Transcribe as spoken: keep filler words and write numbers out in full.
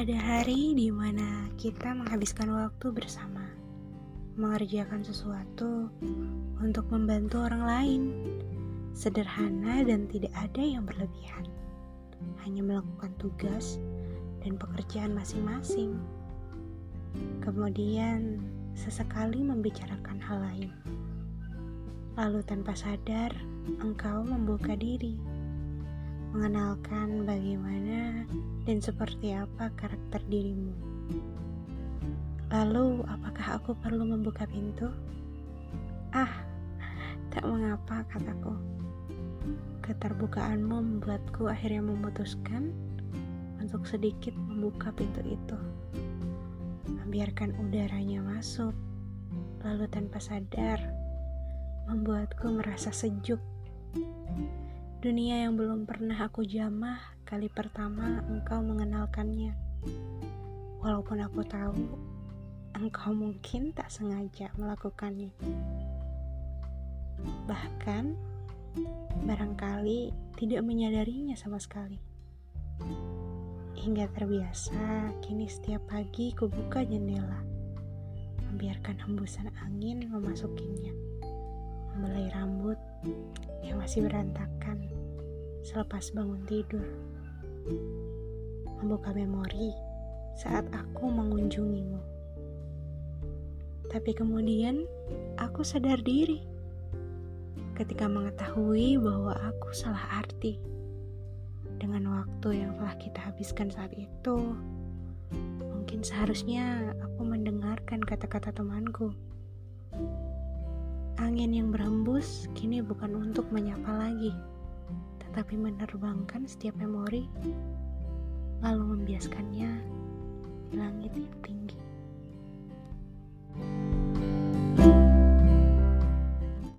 Ada hari di mana kita menghabiskan waktu bersama, mengerjakan sesuatu untuk membantu orang lain. Sederhana dan tidak ada yang berlebihan. Hanya melakukan tugas dan pekerjaan masing-masing. Kemudian sesekali membicarakan hal lain. Lalu tanpa sadar, engkau membuka diri, mengenalkan bagaimana dan seperti apa karakter dirimu. Lalu, apakah aku perlu membuka pintu? Ah, tak mengapa, kataku. Keterbukaanmu membuatku akhirnya memutuskan untuk sedikit membuka pintu itu. Membiarkan udaranya masuk, lalu tanpa sadar, membuatku merasa sejuk. Dunia yang belum pernah aku jamah, kali pertama engkau mengenalkannya. Walaupun aku tahu, engkau mungkin tak sengaja melakukannya. Bahkan, barangkali tidak menyadarinya sama sekali. Hingga terbiasa, kini setiap pagi kubuka jendela, membiarkan hembusan angin memasukinya, membelai rambut yang masih berantakan selepas bangun tidur, membuka memori saat aku mengunjungimu. Tapi kemudian aku sadar diri ketika mengetahui bahwa aku salah arti dengan waktu yang telah kita habiskan saat itu. Mungkin seharusnya aku mendengarkan kata-kata temanku. Angin yang berhembus kini bukan untuk menyapa lagi, tetapi menerbangkan setiap memori, lalu membiaskannya di langit yang tinggi.